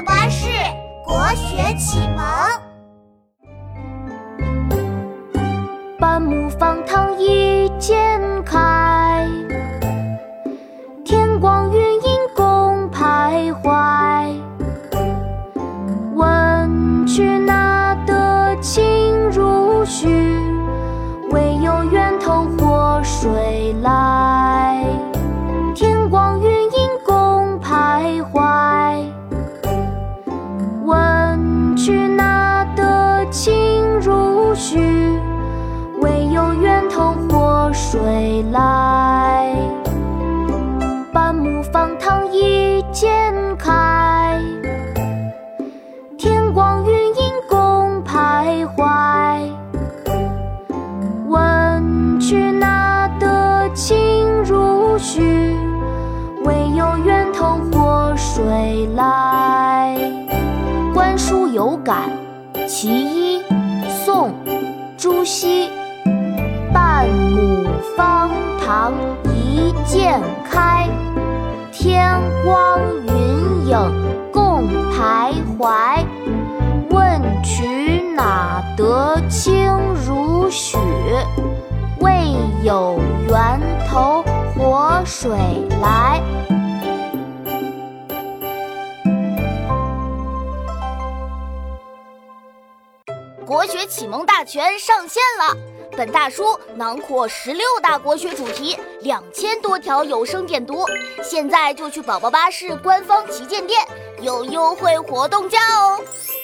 巴士国学启蒙。 半亩方塘一鉴开，天光云影共徘徊。问渠那得清如许？为有源头活水来。天光云影共徘徊。问渠那得清如许？为有源头活水来。半亩方塘一鉴开，天光云影共徘徊。问渠那得清如许？为有源头活水来。观书有感其一，宋·朱熹。半亩方塘一鉴开，天光云影共徘徊。问渠那得清如许？为有源头活水来。 国学启蒙大全上线了！本大书囊括16大国学主题，2000多条有声点读。现在就去宝宝巴士官方旗舰店，有优惠活动价哦！